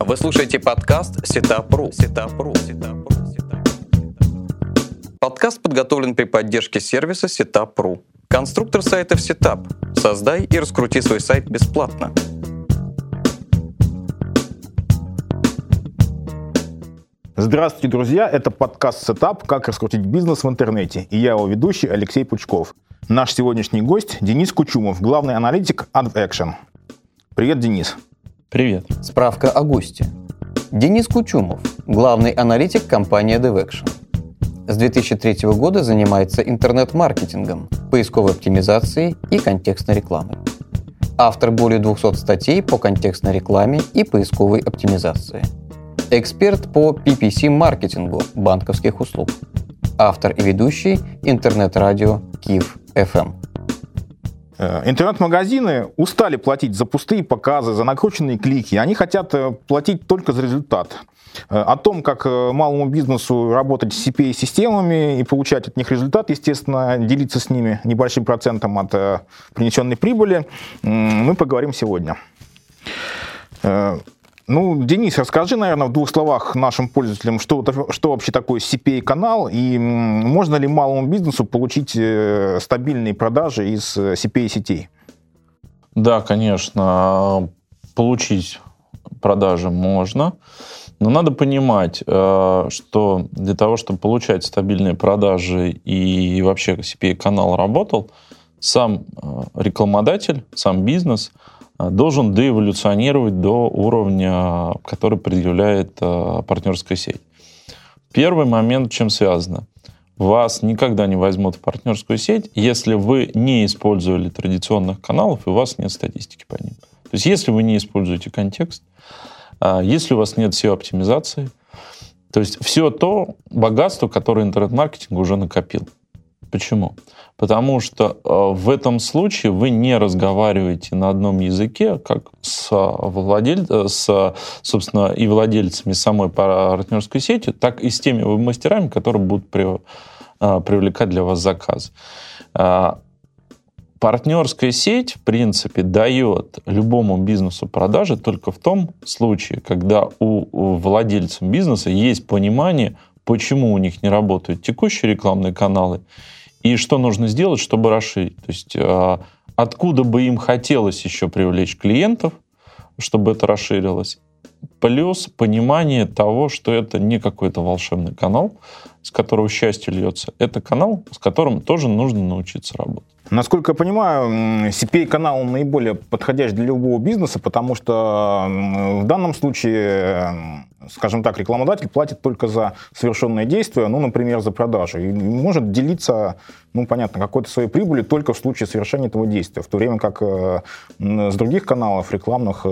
Вы слушаете подкаст Setup.ru. Подкаст подготовлен при поддержке сервиса Setup.ru. Конструктор сайтов Setup. Создай и раскрути свой сайт бесплатно. Здравствуйте, друзья! Это подкаст Setup «Как раскрутить бизнес в интернете». И я его ведущий Алексей Пучков. Наш сегодняшний гость Денис Кучумов, главный аналитик AdAction. Привет, Денис. Привет. Справка о госте. Денис Кучумов, главный аналитик компании AdAction. С 2003 года занимается интернет-маркетингом, поисковой оптимизацией и контекстной рекламой. Автор более 200 статей по контекстной рекламе и поисковой оптимизации. Эксперт по PPC-маркетингу банковских услуг. Автор и ведущий интернет-радио KIF-FM. Интернет-магазины устали платить за пустые показы, за накрученные клики. Они хотят платить только за результат. О том, как малому бизнесу работать с CPA-системами и получать от них результат, естественно, делиться с ними небольшим процентом от принесенной прибыли, мы поговорим сегодня. Денис, расскажи, наверное, в двух словах нашим пользователям, что вообще такое CPA-канал, и можно ли малому бизнесу получить стабильные продажи из CPA-сетей? Да, конечно, получить продажи можно, но надо понимать, что для того, чтобы получать стабильные продажи и вообще CPA-канал работал, сам рекламодатель, сам бизнес должен доэволюционировать до уровня, который предъявляет партнерская сеть. Первый момент, чем связано. Вас никогда не возьмут в партнерскую сеть, если вы не использовали традиционных каналов, и у вас нет статистики по ним. То есть, если вы не используете контекст, если у вас нет SEO-оптимизации, то есть все то богатство, которое интернет-маркетинг уже накопил. Почему? Потому что в этом случае вы не разговариваете на одном языке, как собственно, и владельцами самой партнерской сети, так и с теми веб-мастерами, которые будут привлекать для вас заказ. Партнерская сеть, в принципе, дает любому бизнесу продажи только в том случае, когда у владельцев бизнеса есть понимание, почему у них не работают текущие рекламные каналы, и что нужно сделать, чтобы расширить. То есть откуда бы им хотелось еще привлечь клиентов, чтобы это расширилось. Плюс понимание того, что это не какой-то волшебный канал, с которого счастье льется. Это канал, с которым тоже нужно научиться работать. Насколько я понимаю, CPA-канал наиболее подходящий для любого бизнеса, потому что в данном случае, скажем так, рекламодатель платит только за совершенное действие, например, за продажу, и может делиться, понятно, какой-то своей прибылью только в случае совершения этого действия, в то время как с других каналов рекламных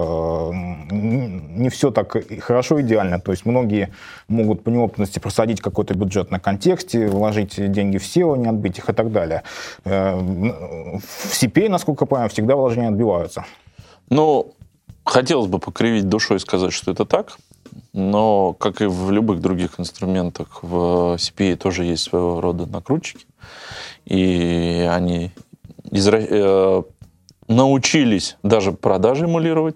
не все так хорошо, идеально. То есть многие могут по неопытности просадить какой-то бюджет на контексте, вложить деньги в SEO, не отбить их и так далее. В CPA, насколько я понимаю, всегда вложения отбиваются. Хотелось бы покривить душой и сказать, что это так, но, как и в любых других инструментах, в CPA тоже есть своего рода накрутчики, и они научились даже продажи эмулировать.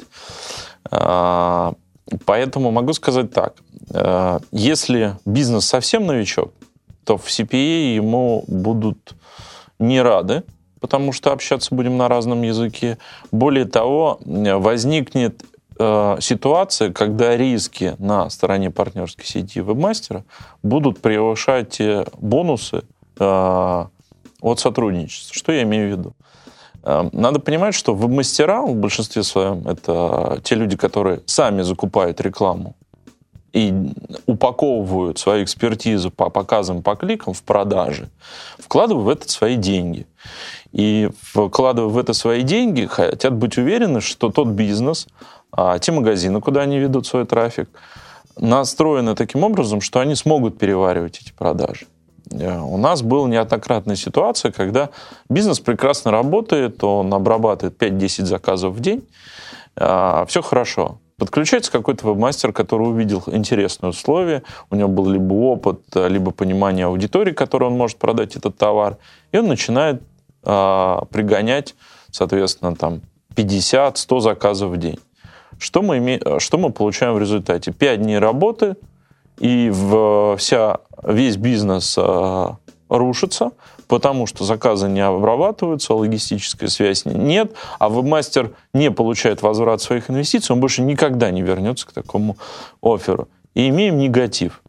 Поэтому могу сказать так. Если бизнес совсем новичок, то в CPA ему будут не рады, потому что общаться будем на разном языке. Более того, возникнет ситуация, когда риски на стороне партнерской сети веб-мастера будут превышать бонусы от сотрудничества. Что я имею в виду? Надо понимать, что веб-мастера в большинстве своем это те люди, которые сами закупают рекламу и упаковывают свою экспертизу по показам, по кликам в продаже, вкладывая в это свои деньги. И вкладывая в это свои деньги, хотят быть уверены, что тот бизнес, те магазины, куда они ведут свой трафик, настроены таким образом, что они смогут переваривать эти продажи. У нас была неоднократная ситуация, когда бизнес прекрасно работает, он обрабатывает 5-10 заказов в день, все хорошо. Подключается какой-то веб-мастер, который увидел интересные условия, у него был либо опыт, либо понимание аудитории, которой он может продать этот товар, и он начинает пригонять, соответственно, 50-100 заказов в день. Что мы получаем в результате? 5 дней работы, и весь бизнес рушится, потому что заказы не обрабатываются, логистическая связь нет, а вебмастер не получает возврат своих инвестиций, он больше никогда не вернется к такому офферу. И имеем негатив.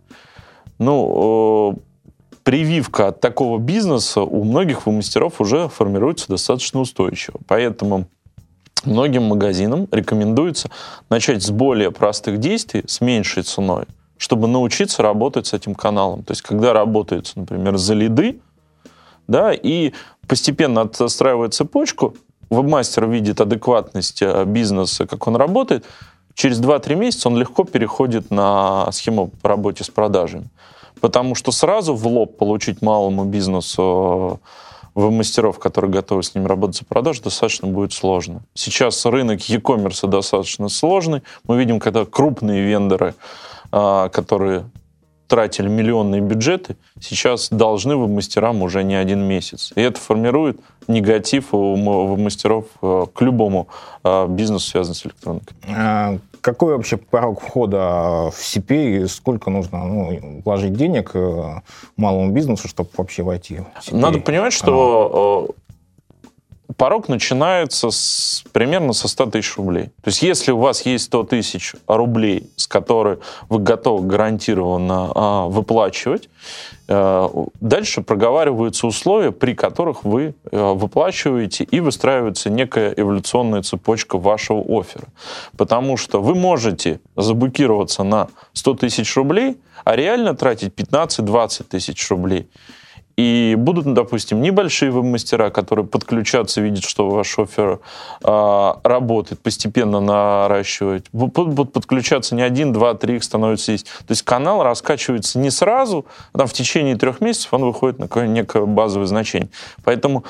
Прививка от такого бизнеса у многих вебмастеров уже формируется достаточно устойчиво. Поэтому многим магазинам рекомендуется начать с более простых действий, с меньшей ценой, чтобы научиться работать с этим каналом. То есть, когда работают, например, за лиды, да, и постепенно отстраивает цепочку, вебмастер видит адекватность бизнеса, как он работает, через 2-3 месяца он легко переходит на схему по работе с продажами. Потому что сразу в лоб получить малому бизнесу веб-мастеров, которые готовы с ним работать за продажу, достаточно будет сложно. Сейчас рынок e-commerce достаточно сложный. Мы видим, когда крупные вендоры, которые тратили миллионные бюджеты, сейчас должны веб-мастерам уже не 1 месяц. И это формирует негатив у веб-мастеров к любому бизнесу, связанному с электроникой. Какой вообще порог входа в CPA? Сколько нужно вложить денег малому бизнесу, чтобы вообще войти в CPA? Надо понимать, что порог начинается примерно со 100 тысяч рублей. То есть если у вас есть 100 тысяч рублей, с которых вы готовы гарантированно выплачивать, дальше проговариваются условия, при которых вы выплачиваете, и выстраивается некая эволюционная цепочка вашего оффера. Потому что вы можете заблокироваться на 100 тысяч рублей, а реально тратить 15-20 тысяч рублей. И будут, допустим, небольшие веб-мастера, которые подключаться, видят, что ваш оффер работает, постепенно наращивать. Будут подключаться не 1, 2, 3, их становится есть. То есть канал раскачивается не сразу, а в течение 3 месяцев он выходит на некое базовое значение. Поэтому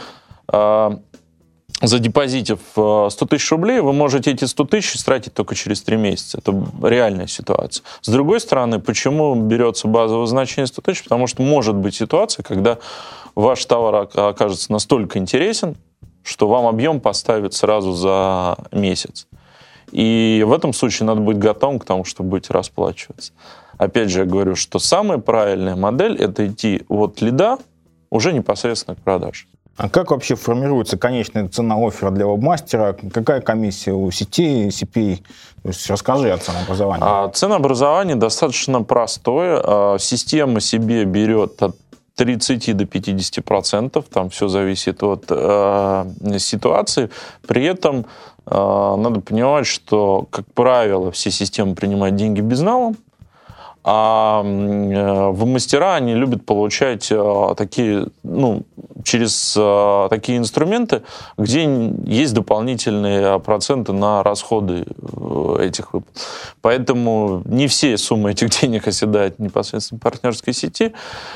задепозитив 100 тысяч рублей, вы можете эти 100 тысяч тратить только через 3 месяца. Это реальная ситуация. С другой стороны, почему берется базовое значение 100 тысяч? Потому что может быть ситуация, когда ваш товар окажется настолько интересен, что вам объем поставят сразу за месяц. И в этом случае надо быть готовым к тому, что будете расплачиваться. Опять же, я говорю, что самая правильная модель – это идти от лида уже непосредственно к продаже. А как вообще формируется конечная цена оффера для веб-мастера? Какая комиссия у сетей, CPA? То есть расскажи о ценообразовании. Ценообразование достаточно простое. Система себе берет от 30 до 50%. Там все зависит от ситуации. При этом надо понимать, что, как правило, все системы принимают деньги безналом. А веб-мастера, они любят получать такие, через такие инструменты, где есть дополнительные проценты на расходы этих выплат. Поэтому не все суммы этих денег оседают непосредственно в партнерской сети.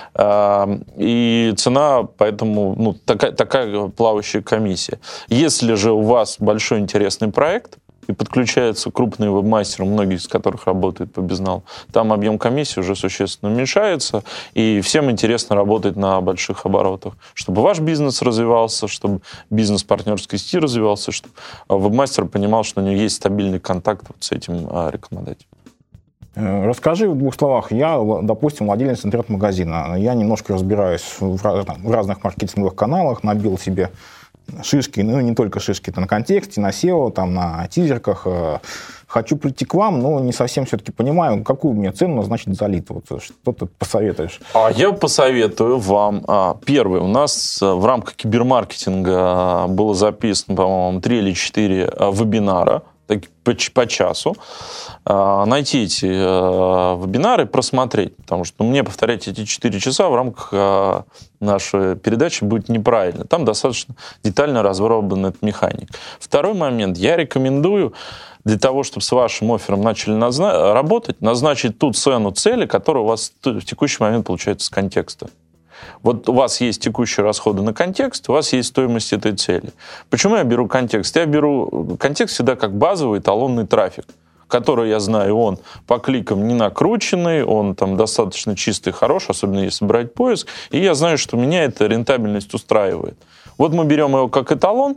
И цена, поэтому, такая плавающая комиссия. Если же у вас большой интересный проект, и подключается крупный веб-мастер, многие из которых работают по безналу, там объем комиссии уже существенно уменьшается, и всем интересно работать на больших оборотах, чтобы ваш бизнес развивался, чтобы бизнес партнерской сети развивался, чтобы веб-мастер понимал, что у него есть стабильный контакт с этим рекламодателем. Расскажи в 2 словах. Я, допустим, владелец интернет-магазина. Я немножко разбираюсь в разных маркетинговых каналах, набил себе шишки, не только шишки, на контексте, на SEO, на тизерках. Хочу прийти к вам, но не совсем все-таки понимаю, какую мне цену назначить за лид. Что ты посоветуешь? Я посоветую вам. Первое, у нас в рамках кибермаркетинга было записано, по-моему, 3 или 4 вебинара по часу. Найти эти вебинары, просмотреть, потому что мне повторять эти 4 часа в рамках нашей передачи будет неправильно. Там достаточно детально разработана эта механика. Второй момент. Я рекомендую для того, чтобы с вашим оффером начали работать, назначить ту цену цели, которая у вас в текущий момент получается с контекста. Вот у вас есть текущие расходы на контекст, у вас есть стоимость этой цели. Почему я беру контекст? Я беру контекст всегда как базовый эталонный трафик, который, я знаю, он по кликам не накрученный, он там достаточно чистый, хороший, особенно если брать поиск, и я знаю, что меня эта рентабельность устраивает. Вот мы берем его как эталон,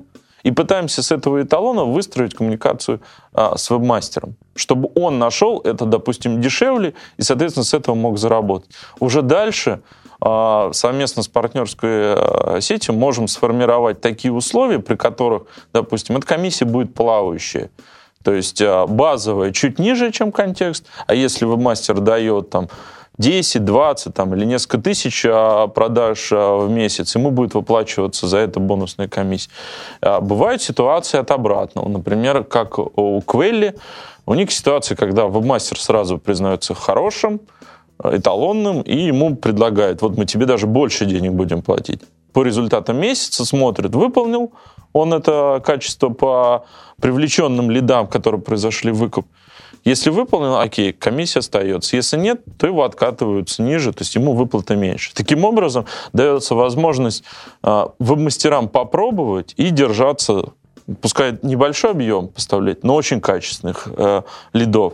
и пытаемся с этого эталона выстроить коммуникацию с веб-мастером, чтобы он нашел это, допустим, дешевле и, соответственно, с этого мог заработать. Уже дальше совместно с партнерской сетью можем сформировать такие условия, при которых, допустим, эта комиссия будет плавающая. То есть базовая чуть ниже, чем контекст, а если веб-мастер дает там 10, 20 там, или несколько тысяч продаж в месяц, ему будет выплачиваться за это бонусная комиссия. Бывают ситуации от обратного. Например, как у Quelli, у них ситуация, когда веб-мастер сразу признается хорошим, эталонным, и ему предлагают, вот мы тебе даже больше денег будем платить. По результатам месяца смотрят, выполнил он это качество по привлеченным лидам, которые произошли выкуп. Если выполнил, окей, комиссия остается. Если нет, то его откатываются ниже, то есть ему выплата меньше. Таким образом, дается возможность веб-мастерам попробовать и держаться, пускай небольшой объем поставлять, но очень качественных лидов.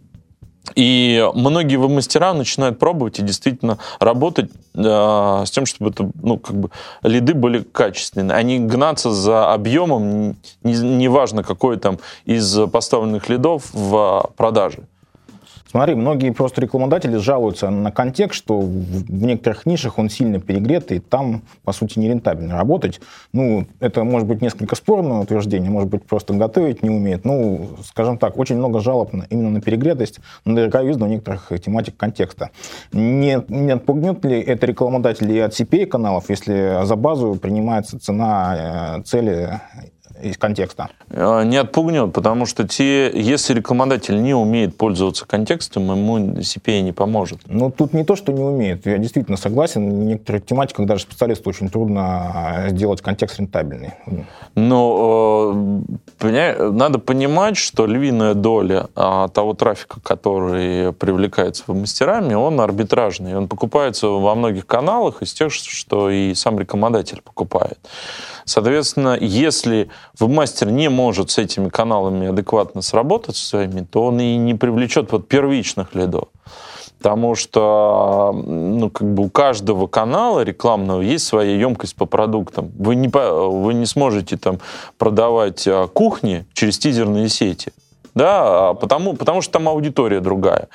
И многие веб-мастера начинают пробовать и действительно работать с тем, чтобы это, лиды были качественные, а не гнаться за объемом, неважно какой там из поставленных лидов в продаже. Смотри, многие просто рекламодатели жалуются на контекст, что в некоторых нишах он сильно перегрет, и там, по сути, нерентабельно работать. Это может быть несколько спорное утверждение, может быть, просто готовить не умеет. Скажем так, очень много жалоб именно на перегретость, на дороговизну некоторых тематик контекста. Не отпугнет ли это рекламодателей от CPA-каналов, если за базу принимается цена цели из контекста? Не отпугнет, потому что если рекламодатель не умеет пользоваться контекстом, ему CPA не поможет. Тут не то, что не умеет. Я действительно согласен. В некоторых тематиках даже специалисту очень трудно сделать контекст рентабельный. Но надо понимать, что львиная доля того трафика, который привлекается веб-мастерами, он арбитражный. Он покупается во многих каналах из тех, что и сам рекламодатель покупает. Соответственно, если веб-мастер не может с этими каналами адекватно сработать своими, то он и не привлечет первичных лидов. Потому что у каждого канала рекламного есть своя емкость по продуктам. Вы не сможете там продавать кухни через тизерные сети. Да, потому что там аудитория другая.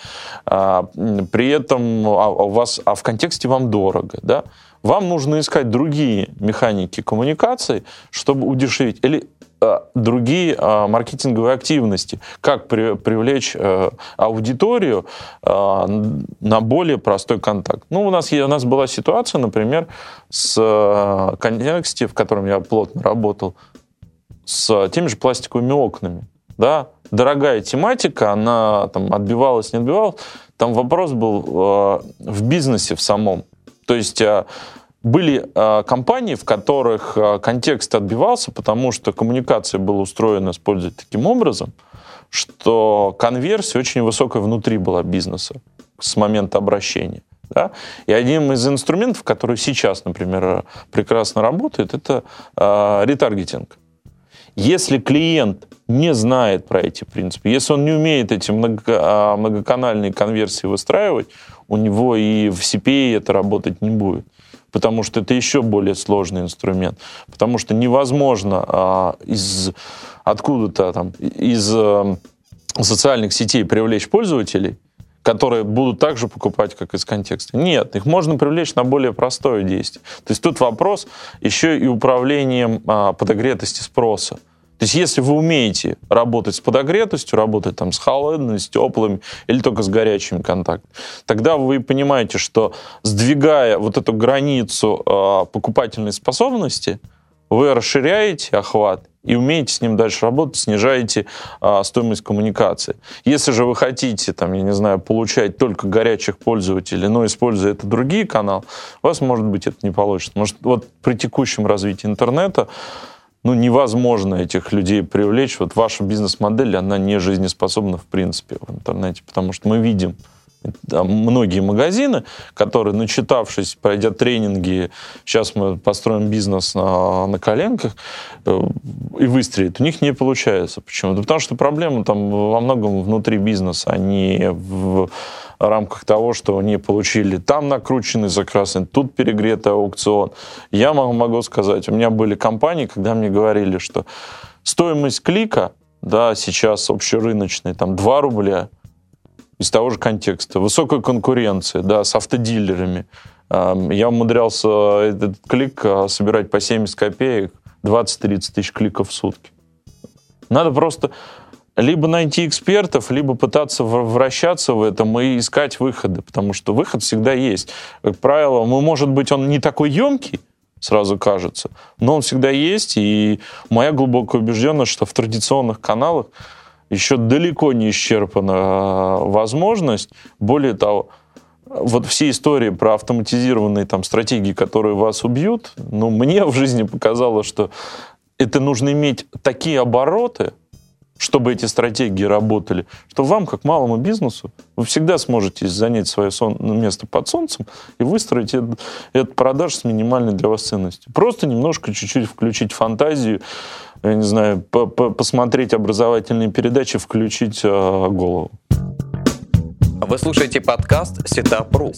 При этом в контексте вам дорого, да? Вам нужно искать другие механики коммуникации, чтобы удешевить, или другие маркетинговые активности, как привлечь аудиторию на более простой контакт. У нас была ситуация, например, с контексте, в котором я плотно работал, с теми же пластиковыми окнами. Да? Дорогая тематика, она там отбивалась, не отбивалась. Там вопрос был в бизнесе в самом. То есть были компании, в которых контекст отбивался, потому что коммуникация была устроена, использовать таким образом, что конверсия очень высокая внутри была бизнеса с момента обращения. Да? И одним из инструментов, который сейчас, например, прекрасно работает, это ретаргетинг. Если клиент не знает про эти принципы, если он не умеет эти многоканальные конверсии выстраивать, у него и в CPA это работать не будет. Потому что это еще более сложный инструмент. Потому что невозможно из социальных сетей привлечь пользователей, которые будут так же покупать, как из контекста. Нет, их можно привлечь на более простое действие. То есть тут вопрос еще и управлением подогретости спроса. То есть если вы умеете работать с подогретостью, работать там с холодными, с теплыми или только с горячими контактами, тогда вы понимаете, что сдвигая вот эту границу покупательной способности, вы расширяете охват и умеете с ним дальше работать, снижаете стоимость коммуникации. Если же вы хотите, получать только горячих пользователей, но используя это другие каналы, у вас, может быть, это не получится. Может, вот при текущем развитии интернета невозможно этих людей привлечь. Вот ваша бизнес-модель, она не жизнеспособна в принципе в интернете, потому что мы видим многие магазины, которые, начитавшись, пройдя тренинги, сейчас мы построим бизнес на коленках и выстрелит, у них не получается. Почему? Да потому что проблема там во многом внутри бизнеса, а не в рамках того, что они получили там накрученный закрасный, тут перегретый аукцион. Я могу сказать, у меня были компании, когда мне говорили, что стоимость клика, да, сейчас общерыночная, там 2 рубля, из того же контекста, высокая конкуренция, да, с автодилерами. Я умудрялся этот клик собирать по 70 копеек, 20-30 тысяч кликов в сутки. Надо просто либо найти экспертов, либо пытаться вращаться в этом и искать выходы, потому что выход всегда есть. Как правило, может быть, он не такой емкий, сразу кажется, но он всегда есть, и моя глубокая убежденность, что в традиционных каналах еще далеко не исчерпана возможность. Более того, вот все истории про автоматизированные там стратегии, которые вас убьют, мне в жизни показалось, что это нужно иметь такие обороты, чтобы эти стратегии работали, что вам, как малому бизнесу, вы всегда сможете занять свое место под солнцем и выстроить этот продаж с минимальной для вас ценностью. Просто немножко, чуть-чуть включить фантазию, я не знаю, посмотреть образовательные передачи, включить голову. Вы слушаете подкаст Setup.ru.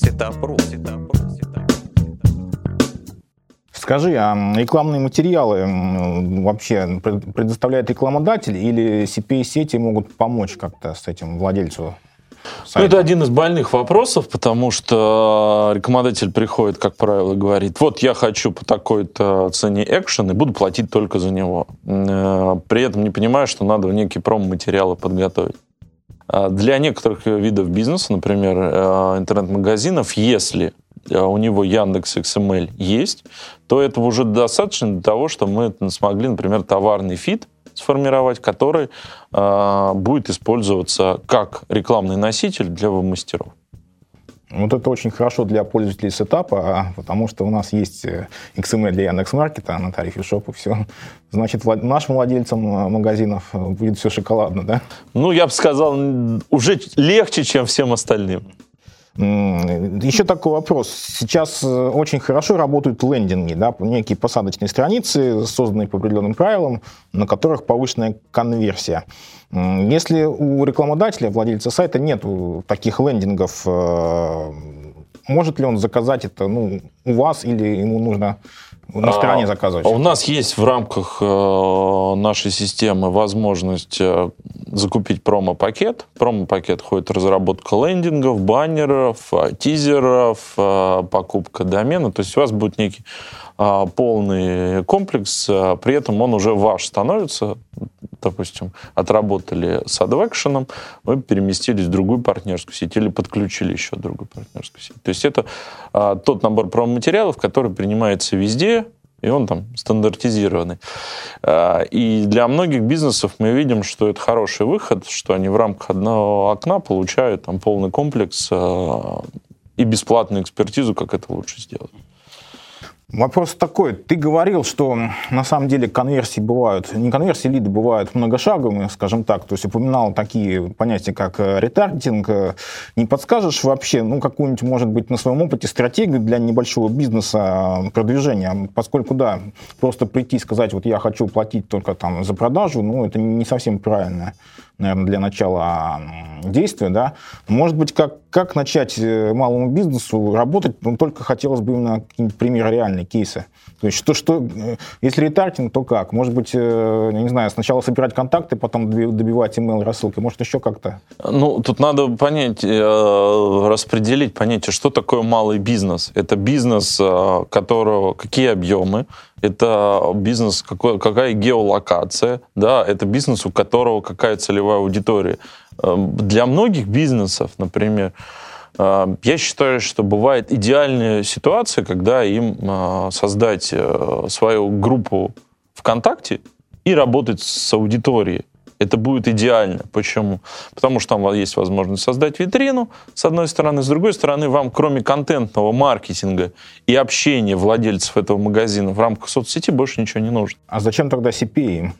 Скажи, а рекламные материалы вообще предоставляет рекламодатель или CPA-сети могут помочь как-то с этим владельцу сайта? Это один из больных вопросов, потому что рекламодатель приходит, как правило, и говорит, вот я хочу по такой-то цене экшен и буду платить только за него. При этом не понимаю, что надо некие промо-материалы подготовить. Для некоторых видов бизнеса, например, интернет-магазинов, если у него Яндекс.XML есть, то этого уже достаточно для того, чтобы мы смогли, например, товарный фид сформировать, который будет использоваться как рекламный носитель для веб-мастеров. Вот это очень хорошо для пользователей сетапа, потому что у нас есть XML для Яндекс.Маркета на тарифе шоп и все. Значит, нашим владельцам магазинов будет все шоколадно, да? Я бы сказал, уже легче, чем всем остальным. Еще такой вопрос. Сейчас очень хорошо работают лендинги, да, некие посадочные страницы, созданные по определенным правилам, на которых повышенная конверсия. Если у рекламодателя, владельца сайта, нет таких лендингов, может ли он заказать это у вас или ему нужно на стороне заказывать? У нас есть в рамках нашей системы возможность закупить промо-пакет. Промо-пакет входит в разработку лендингов, баннеров, тизеров, покупка домена. То есть у вас будет некий полный комплекс, при этом он уже ваш становится. Допустим, отработали с AdVaction, вы переместились в другую партнерскую сеть или подключили еще другую партнерскую сеть. То есть это тот набор промо-материалов, который принимается везде, и он там стандартизированный. И для многих бизнесов мы видим, что это хороший выход, что они в рамках одного окна получают там полный комплекс и бесплатную экспертизу, как это лучше сделать. Вопрос такой. Ты говорил, что на самом деле конверсии бывают, не конверсии, лиды бывают многошаговыми, скажем так. То есть упоминал такие понятия, как ретаргетинг. Не подскажешь вообще, какую-нибудь, может быть, на своем опыте стратегию для небольшого бизнеса продвижения? Поскольку, да, просто прийти и сказать, вот я хочу платить только там за продажу, это не совсем правильно, наверное, для начала действия, да. Может быть, как начать малому бизнесу работать, только хотелось бы именно какие-нибудь примеры реальные, кейсы. То есть, если ретаргетинг, то как? Может быть, я не знаю, сначала собирать контакты, потом добивать email-рассылкой, может, еще как-то? Тут надо распределить понятие, что такое малый бизнес. Это бизнес, которого какие объемы, это бизнес, какая геолокация, да, это бизнес, у которого какая целевая аудитория. Для многих бизнесов, например, я считаю, что бывает идеальная ситуация, когда им создать свою группу ВКонтакте и работать с аудиторией. Это будет идеально. Почему? Потому что там есть возможность создать витрину, с одной стороны. С другой стороны, вам кроме контентного маркетинга и общения владельцев этого магазина в рамках соцсети больше ничего не нужно. А зачем тогда CPA?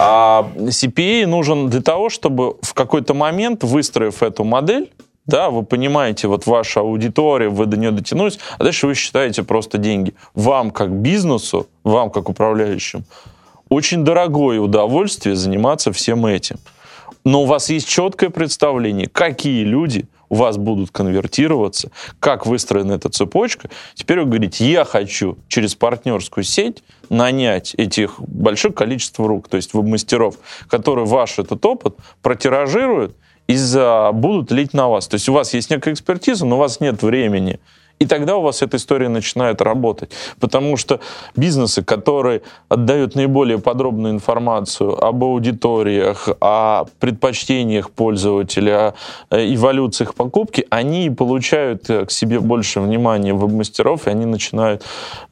CPA нужен для того, чтобы в какой-то момент, выстроив эту модель, да, вы понимаете, вот ваша аудитория, вы до нее дотянулись, а дальше вы считаете просто деньги. Вам как бизнесу, вам как управляющим, очень дорогое удовольствие заниматься всем этим. Но у вас есть четкое представление, какие люди у вас будут конвертироваться, как выстроена эта цепочка. Теперь вы говорите, я хочу через партнерскую сеть нанять этих большое количество рук, то есть веб-мастеров, которые ваш этот опыт протиражируют и будут лить на вас. То есть у вас есть некая экспертиза, но у вас нет времени. И тогда у вас эта история начинает работать. Потому что бизнесы, которые отдают наиболее подробную информацию об аудиториях, о предпочтениях пользователя, о эволюциях покупки, они получают к себе больше внимания веб-мастеров, и они начинают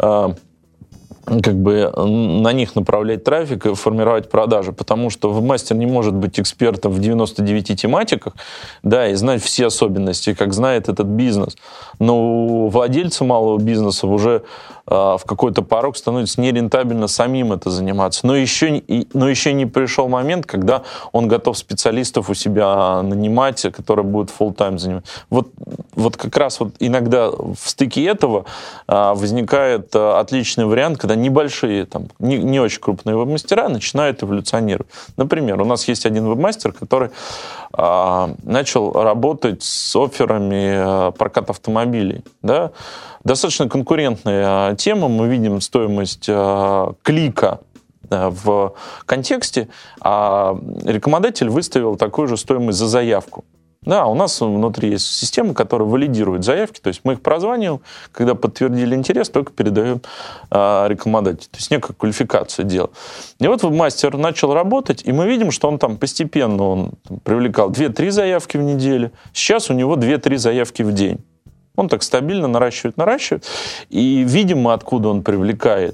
на них направлять трафик и формировать продажи, потому что веб-мастер не может быть экспертом в 99 тематиках, да, и знать все особенности, как знает этот бизнес. Но у владельца малого бизнеса уже в какой-то порог становится нерентабельно самим это заниматься. Но еще не пришел момент, когда он готов специалистов у себя нанимать, которые будут full-time заниматься. Вот как раз иногда в стыке этого возникает отличный вариант, когда небольшие, не очень крупные веб-мастера начинают эволюционировать. Например, у нас есть один веб-мастер, который начал работать с офферами проката автомобилей. Да? Достаточно конкурентная тема. Мы видим стоимость клика в контексте, а рекламодатель выставил такую же стоимость за заявку. Да, у нас внутри есть система, которая валидирует заявки, то есть мы их прозваниваем, когда подтвердили интерес, только передаем рекламодателю. То есть некая квалификация дела. И вот веб-мастер начал работать, и мы видим, что он постепенно привлекал 2-3 заявки в неделю. Сейчас у него 2-3 заявки в день. Он так стабильно наращивает. И видим мы, откуда он привлекает.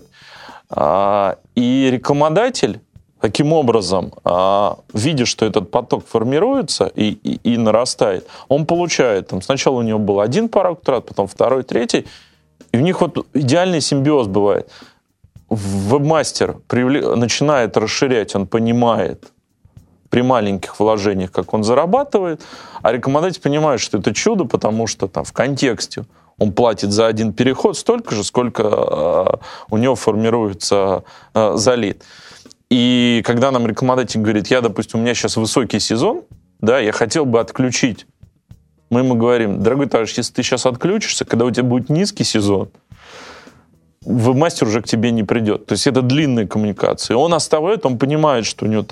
И рекламодатель, таким образом, видя, что этот поток формируется и нарастает, он получает, сначала у него был один порог трат, потом второй, третий, и у них идеальный симбиоз бывает. Веб-мастер начинает расширять, он понимает при маленьких вложениях, как он зарабатывает, а рекламодатель понимает, что это чудо, потому что в контексте он платит за один переход столько же, сколько у него формируется за лид. И когда нам рекламодатель говорит, допустим, у меня сейчас высокий сезон, да, я хотел бы отключить, мы ему говорим, дорогой товарищ, если ты сейчас отключишься, когда у тебя будет низкий сезон, веб-мастер уже к тебе не придет. То есть это длинная коммуникация. Он оставляет, он понимает, что у него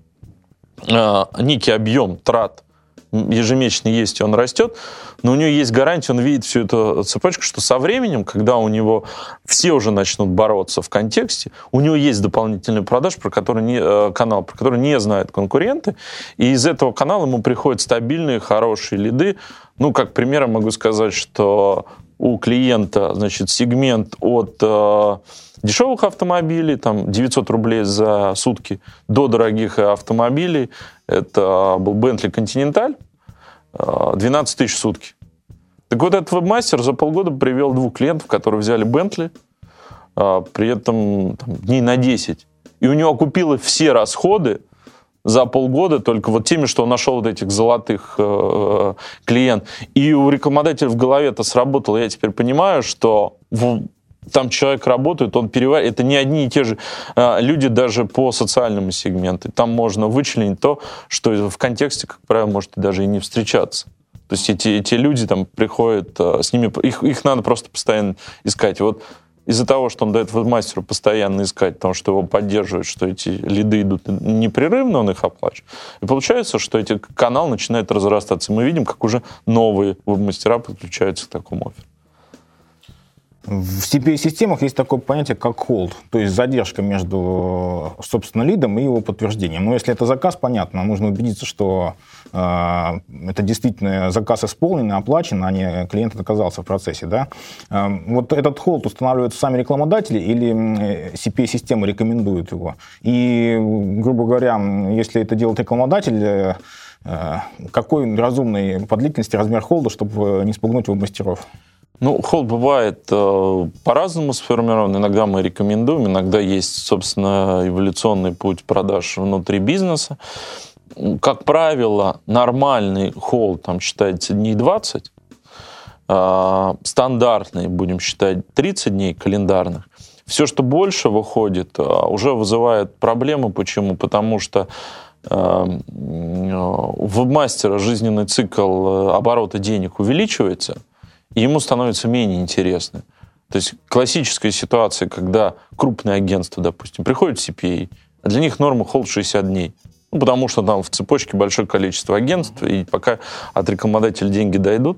некий объем трат ежемесячно есть, и он растет, но у него есть гарантия, он видит всю эту цепочку, что со временем, когда у него все уже начнут бороться в контексте, у него есть дополнительный продаж, канал, про который не знают конкуренты, и из этого канала ему приходят стабильные, хорошие лиды. Как пример могу сказать, что у клиента, сегмент от дешевых автомобилей, 900 рублей за сутки, до дорогих автомобилей. Это был Bentley Continental, 12 тысяч в сутки. Так вот, этот веб-мастер за полгода привел 2 клиентов, которые взяли Bentley, при этом дней на 10. И у него окупило все расходы за полгода только теми, что он нашел этих золотых клиентов. И у рекламодателя в голове это сработало. Я теперь понимаю, что там человек работает, он переваривает. Это не одни и те же люди даже по социальному сегменту. Там можно вычленить то, что в контексте, как правило, может даже и не встречаться. То есть эти люди приходят, с ними их надо просто постоянно искать. Из-за того, что он дает веб-мастеру постоянно искать, потому что его поддерживают, что эти лиды идут непрерывно, он их оплачивает. И получается, что канал начинает разрастаться. Мы видим, как уже новые веб-мастера подключаются к такому офферу. В CPA-системах есть такое понятие, как hold, то есть задержка между, собственно, лидом и его подтверждением. Но если это заказ, понятно, нужно убедиться, что это действительно заказ исполнен, оплачен, а не клиент отказался в процессе. Да? Этот hold устанавливают сами рекламодатели или CPA-система рекомендует его? И, грубо говоря, если это делает рекламодатель, какой разумный по длительности размер холда, чтобы не спугнуть его мастеров? Холд бывает по-разному сформирован. Иногда мы рекомендуем, иногда есть, собственно, эволюционный путь продаж внутри бизнеса. Как правило, нормальный холд считается дней 20, стандартный, будем считать, 30 дней календарных. Все, что больше выходит, уже вызывает проблемы. Почему? Потому что вебмастера жизненный цикл оборота денег увеличивается, и ему становится менее интересно. То есть классическая ситуация, когда крупные агентства, допустим, приходят в CPA, а для них норма холд 60 дней. Ну, потому что там в цепочке большое количество агентств, и пока от рекламодателя деньги дойдут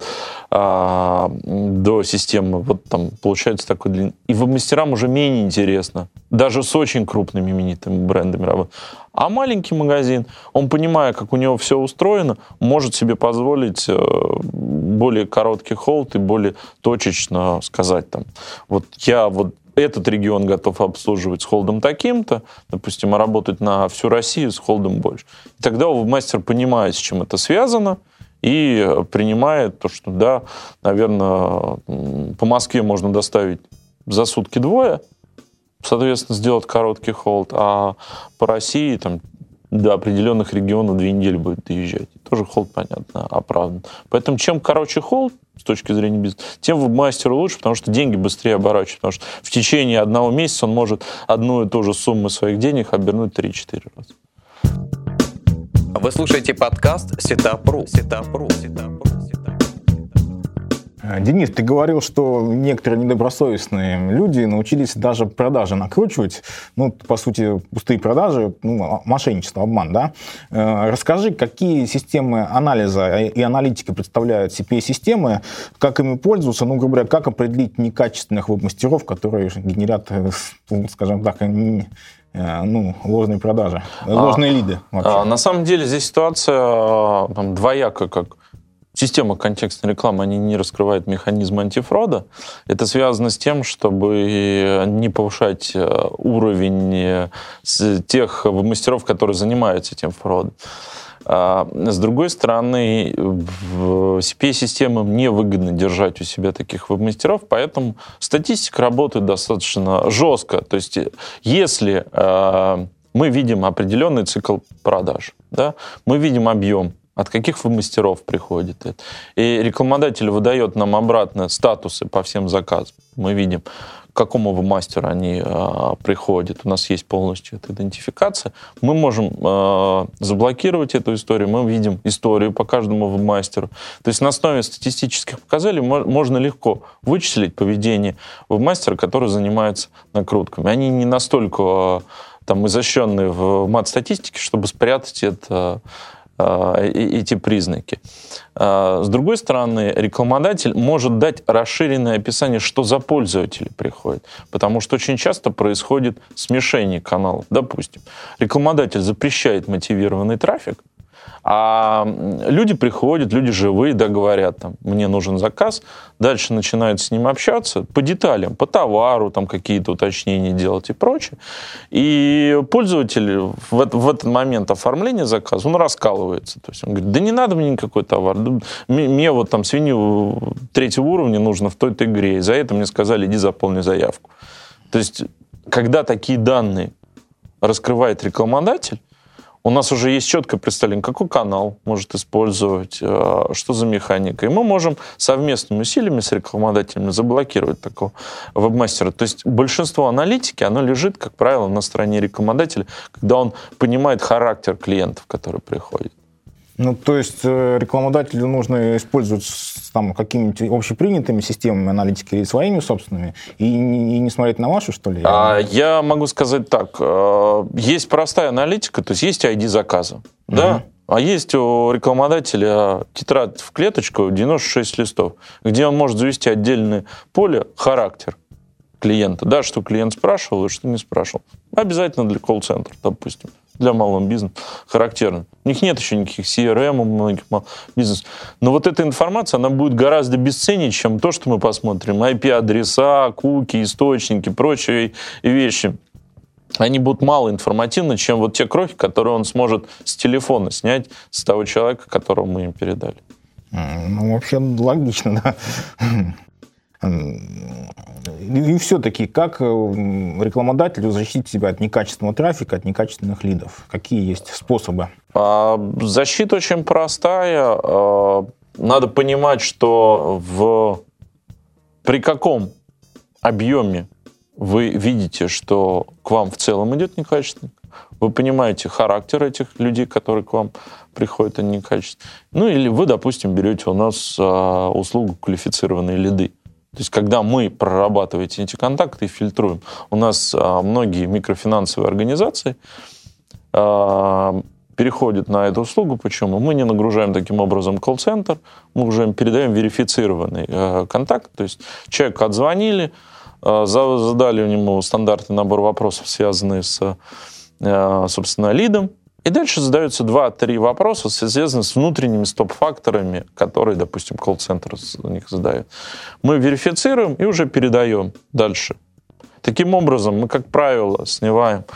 до системы, вот там получается такой длинный. И веб-мастерам уже менее интересно, даже с очень крупными именитыми брендами работать. А маленький магазин, он, понимая, как у него все устроено, может себе позволить более короткий холд и более точечно сказать там, вот я вот этот регион готов обслуживать с холдом таким-то, допустим, а работать на всю Россию с холдом больше. И тогда веб-мастер понимает, с чем это связано, и принимает то, что, да, наверное, по Москве можно доставить за сутки 2, соответственно, сделать короткий холд, а по России там, до определенных регионов 2 недели будет доезжать. И тоже холд, понятно, оправдан. Поэтому чем короче холд, с точки зрения бизнеса, тем веб-мастеру лучше, потому что деньги быстрее оборачиваются. Потому что в течение 1 месяца он может одну и ту же сумму своих денег обернуть 3-4 раза. Вы слушаете подкаст Setup.ru. Денис, ты говорил, что некоторые недобросовестные люди научились даже продажи накручивать. Ну, по сути, пустые продажи, мошенничество, обман, да? Расскажи, какие системы анализа и аналитики представляют CPA-системы, как ими пользоваться, грубо говоря, как определить некачественных веб-мастеров, которые генерят, скажем так, ложные продажи, ложные лиды. На самом деле здесь ситуация двоякая, как система контекстной рекламы, они не раскрывают механизм антифрода. Это связано с тем, чтобы не повышать уровень тех мастеров, которые занимаются этим фродом. С другой стороны, в CPA-системам невыгодно держать у себя таких веб-мастеров, поэтому статистика работает достаточно жестко. То есть, если мы видим определенный цикл продаж, да, мы видим объем, от каких веб-мастеров приходит это. И рекламодатель выдает нам обратно статусы по всем заказам. Мы видим, к какому веб-мастеру они приходят. У нас есть полностью эта идентификация. Мы можем заблокировать эту историю. Мы видим историю по каждому веб-мастеру. То есть на основе статистических показателей можно легко вычислить поведение веб-мастера, который занимается накрутками. Они не настолько изощренные в мат-статистике, чтобы спрятать эти признаки. С другой стороны, рекламодатель может дать расширенное описание, что за пользователи приходят, потому что очень часто происходит смешение каналов. Допустим, рекламодатель запрещает мотивированный трафик, а люди приходят, люди живые, да, говорят, мне нужен заказ, дальше начинают с ним общаться по деталям, по товару, какие-то уточнения делать и прочее. И пользователь в этот момент оформления заказа, он раскалывается. То есть он говорит, да не надо мне никакой товар, мне свинью 3-го уровня нужно в той-то игре, и за это мне сказали, иди заполни заявку. То есть, когда такие данные раскрывает рекламодатель, у нас уже есть четкое представление, какой канал может использовать, что за механика. И мы можем совместными усилиями с рекламодателями заблокировать такого веб-мастера. То есть большинство аналитики, оно лежит, как правило, на стороне рекламодателя, когда он понимает характер клиентов, которые приходят. То есть рекламодателю нужно использовать какими-нибудь общепринятыми системами аналитики или своими собственными, и не смотреть на вашу, что ли? Я могу сказать так. Есть простая аналитика, то есть есть ID заказа, да? А есть у рекламодателя тетрадь в клеточку 96 листов, где он может завести отдельное поле «характер» клиента, да, что клиент спрашивал и что не спрашивал. Обязательно для колл-центра, допустим, для малого бизнеса характерно. У них нет еще никаких CRM, у многих бизнесов. Но вот эта информация, она будет гораздо бесценнее, чем то, что мы посмотрим. IP-адреса, куки, источники, прочие вещи. Они будут мало информативны, чем вот те крохи, которые он сможет с телефона снять с того человека, которого мы им передали. Вообще логично, да. И все-таки, как рекламодателю защитить себя от некачественного трафика, от некачественных лидов? Какие есть способы? Защита очень простая. Надо понимать, что при каком объеме вы видите, что к вам в целом идет некачественный, вы понимаете характер этих людей, которые к вам приходят, они некачественные. Ну, или вы, допустим, берете у нас услугу квалифицированные лиды. То есть, когда мы прорабатываете эти контакты и фильтруем, у нас многие микрофинансовые организации переходят на эту услугу. Почему? Мы не нагружаем таким образом колл-центр, мы уже им передаем верифицированный контакт. То есть, человеку отзвонили, задали у него стандартный набор вопросов, связанные с, собственно, лидом, и дальше задаются 2-3 вопроса, связанные с внутренними стоп-факторами, которые, допустим, колл-центр у них задает. Мы верифицируем и уже передаем дальше. Таким образом, мы, как правило, снимаем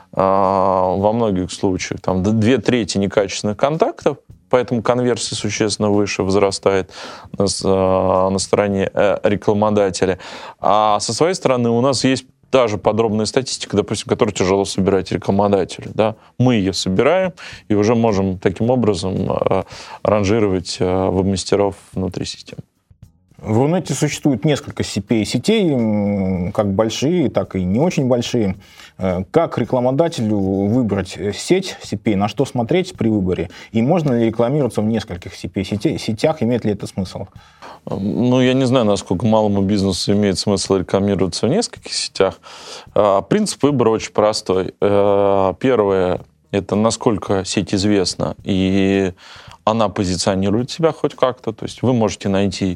во многих случаях там, 2/3 некачественных контактов, поэтому конверсия существенно выше возрастает на стороне рекламодателя. А со своей стороны у нас есть даже подробная статистика, допустим, которую тяжело собирать рекламодателю. Да? Мы ее собираем и уже можем таким образом ранжировать веб-мастеров внутри системы. В Рунете существует несколько CPA-сетей, как большие, так и не очень большие. Как рекламодателю выбрать сеть CPA, на что смотреть при выборе? И можно ли рекламироваться в нескольких CPA-сетях, имеет ли это смысл? Ну, я не знаю, насколько малому бизнесу имеет смысл рекламироваться в нескольких сетях. Принцип выбора очень простой. Первое – это насколько сеть известна, и она позиционирует себя хоть как-то. То есть вы можете найти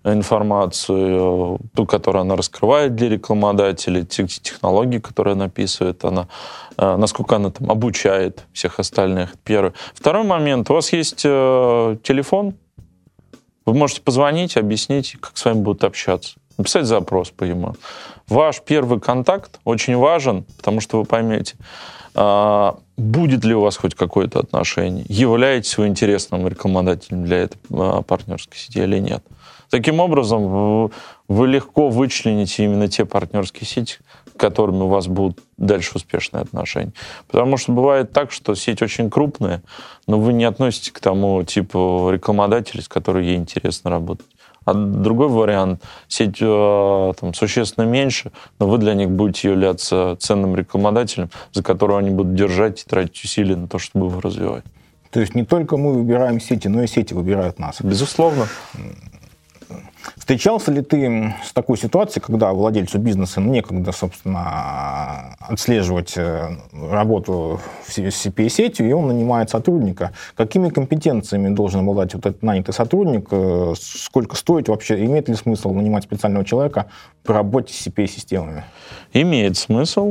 информацию, ту, которую она раскрывает для рекламодателей, те технологии, которые она описывает, насколько она там обучает всех остальных. Первый. Второй момент. У вас есть телефон. Вы можете позвонить, объяснить, как с вами будут общаться. Написать запрос по ему. Ваш первый контакт очень важен, потому что вы поймете, будет ли у вас хоть какое-то отношение, являетесь вы интересным рекламодателем для этой партнерской сети или нет. Таким образом, вы легко вычлените именно те партнерские сети, с которыми у вас будут дальше успешные отношения. Потому что бывает так, что сеть очень крупная, но вы не относитесь к тому типу рекламодателей, с которыми ей интересно работать. А другой вариант, сеть там, существенно меньше, но вы для них будете являться ценным рекламодателем, за которого они будут держать и тратить усилия на то, чтобы его развивать. То есть не только мы выбираем сети, но и сети выбирают нас. Безусловно. Встречался ли ты с такой ситуацией, когда владельцу бизнеса некогда, собственно, отслеживать работу с CPA-сетью, и он нанимает сотрудника? Какими компетенциями должен обладать вот этот нанятый сотрудник? Сколько стоит вообще? Имеет ли смысл нанимать специального человека по работе с CPA-системами? Имеет смысл.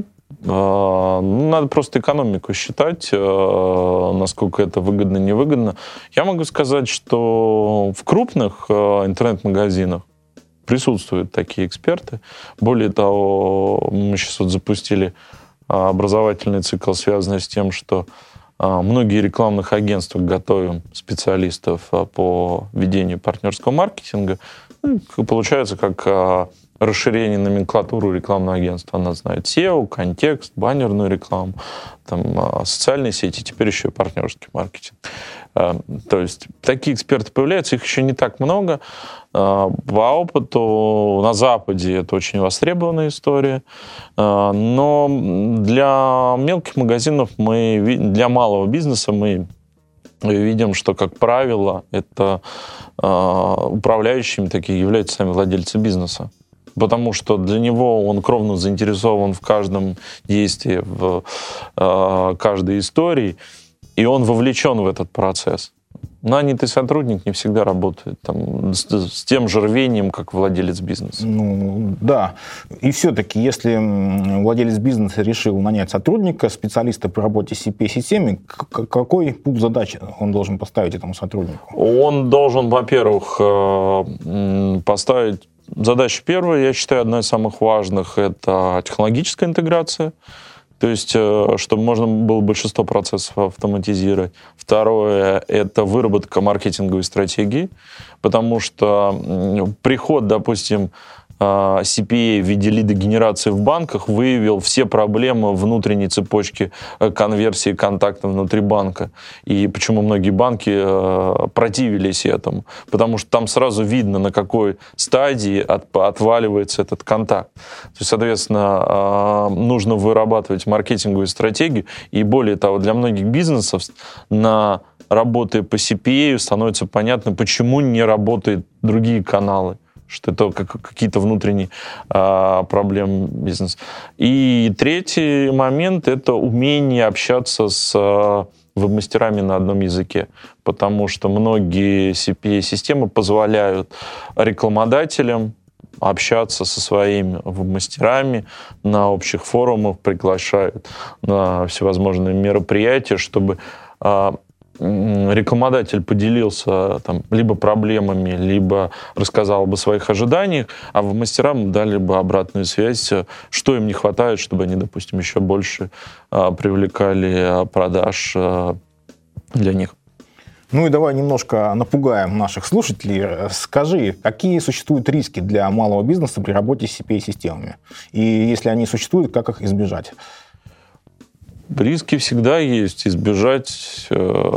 Надо просто экономику считать, насколько это выгодно, невыгодно. Я могу сказать, что в крупных интернет-магазинах присутствуют такие эксперты. Более того, мы сейчас вот запустили образовательный цикл, связанный с тем, что многие рекламных агентства готовим специалистов по ведению партнерского маркетинга. Получается, как расширение номенклатуры рекламного агентства. Она знает SEO, контекст, баннерную рекламу, там, социальные сети, теперь еще и партнерский маркетинг. То есть такие эксперты появляются, их еще не так много. По опыту на Западе это очень востребованная история. Но для мелких магазинов, для малого бизнеса мы видим, что, как правило, это управляющими такие являются сами владельцы бизнеса. Потому что для него он кровно заинтересован в каждом действии, в каждой истории, и он вовлечен в этот процесс. Нанятый сотрудник не всегда работает там, с тем же рвением, как владелец бизнеса. Ну, да. И все-таки, если владелец бизнеса решил нанять сотрудника, специалиста по работе с CPA-системой, какой пул задач он должен поставить этому сотруднику? Он должен, во-первых, поставить задачу первую, я считаю, одна из самых важных, это технологическая интеграция. То есть, чтобы можно было большинство процессов автоматизировать. Второе – это выработка маркетинговой стратегии, потому что приход, допустим, CPA в виде лидогенерации в банках выявил все проблемы внутренней цепочки конверсии контактов внутри банка. И почему многие банки противились этому. Потому что там сразу видно, на какой стадии отваливается этот контакт. То есть, соответственно, нужно вырабатывать маркетинговую стратегию. И более того, для многих бизнесов работая по CPA становится понятно, почему не работают другие каналы, что это какие-то внутренние проблемы бизнеса. И третий момент — это умение общаться с веб-мастерами на одном языке, потому что многие CPA-системы позволяют рекламодателям общаться со своими веб-мастерами на общих форумах, приглашают на всевозможные мероприятия, чтобы рекламодатель поделился там либо проблемами, либо рассказал об своих ожиданиях, а мастерам дали бы обратную связь, что им не хватает, чтобы они, допустим, еще больше привлекали продаж для них. Ну и давай немножко напугаем наших слушателей. Скажи, какие существуют риски для малого бизнеса при работе с CPA-системами? И если они существуют, как их избежать? Риски всегда есть. Избежать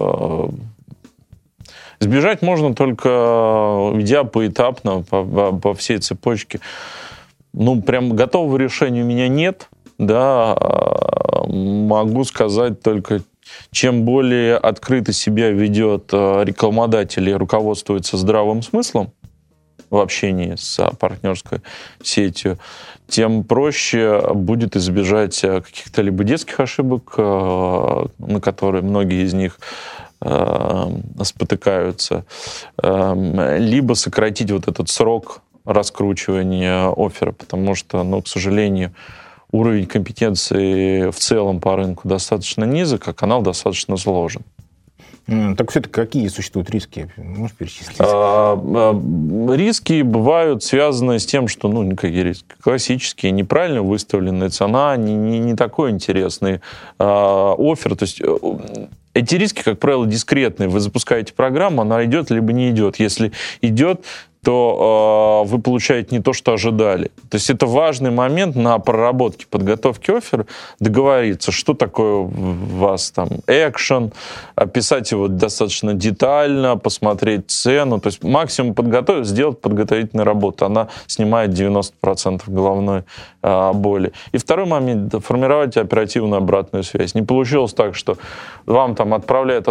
можно только идя поэтапно по всей цепочке. Ну, прям готового решения у меня нет. Да, могу сказать только, чем более открыто себя ведет рекламодатель и руководствуется здравым смыслом в общении с партнерской сетью, тем проще будет избежать каких-то либо детских ошибок, на которые многие из них спотыкаются, либо сократить вот этот срок раскручивания оффера, потому что, к сожалению, уровень компетенции в целом по рынку достаточно низок, а канал достаточно сложен. Так все-таки какие существуют риски? Можешь перечислить? Риски бывают связаны с тем, что, какие риски? Классические, неправильно выставленная цена, не такой интересный оффер. То есть эти риски, как правило, дискретные. Вы запускаете программу, она идет либо не идет. Если идет, то вы получаете не то, что ожидали. То есть это важный момент на проработке, подготовке оффера, договориться, что такое у вас там экшен, описать его достаточно детально, посмотреть цену, то есть максимум подготовить, сделать подготовительную работу. Она снимает 90% головной боли. И второй момент — формировать оперативную обратную связь. Не получилось так, что вам там отправляет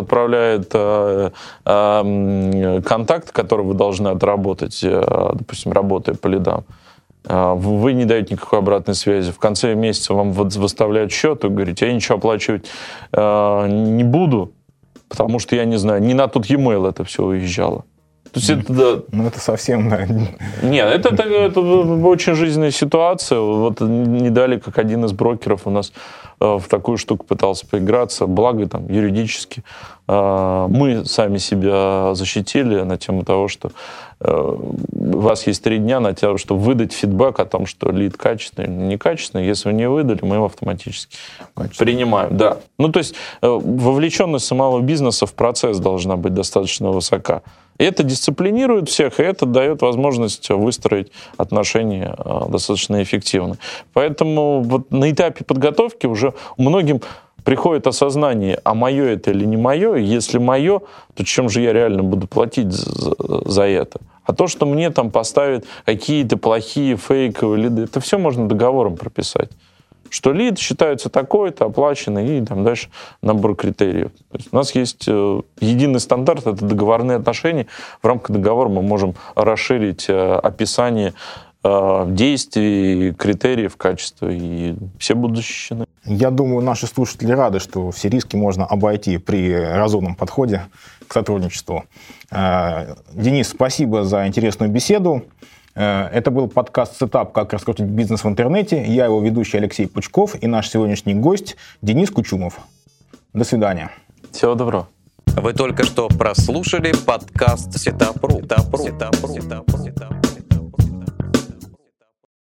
контакт, который вы должны отработать, допустим, работая по лидам. Вы не даете никакой обратной связи. В конце месяца вам выставляют счет, и говорите: я ничего оплачивать не буду, потому что, я не знаю, не на тот e-mail это все уезжало. То есть это совсем, да. Нет, это очень жизненная ситуация. Вот не дали, как один из брокеров у нас в такую штуку пытался поиграться. Благо, там, юридически мы сами себя защитили на тему того, что у вас есть 3 дня на тему, чтобы выдать фидбэк о том, что лид качественный или некачественный. Если вы не выдали, мы его автоматически принимаем. Да. То есть вовлеченность самого бизнеса в процесс должна быть достаточно высока. И это дисциплинирует всех, и это дает возможность выстроить отношения достаточно эффективно. Поэтому вот на этапе подготовки уже многим приходит осознание, а мое это или не мое. Если мое, то чем же я реально буду платить за это? А то, что мне там поставят какие-то плохие фейковые лиды, это все можно договором прописать. Что лид считается такой-то, оплаченный, и там дальше набор критериев. То есть у нас есть единый стандарт, это договорные отношения. В рамках договора мы можем расширить описание действий, критериев, качества, и все будут защищены. Я думаю, наши слушатели рады, что все риски можно обойти при разумном подходе к сотрудничеству. Денис, спасибо за интересную беседу. Это был подкаст «Сетап. Как раскрутить бизнес в интернете». Я его ведущий Алексей Пучков и наш сегодняшний гость Денис Кучумов. До свидания. Всего доброго. Вы только что прослушали подкаст «Сетап.ру».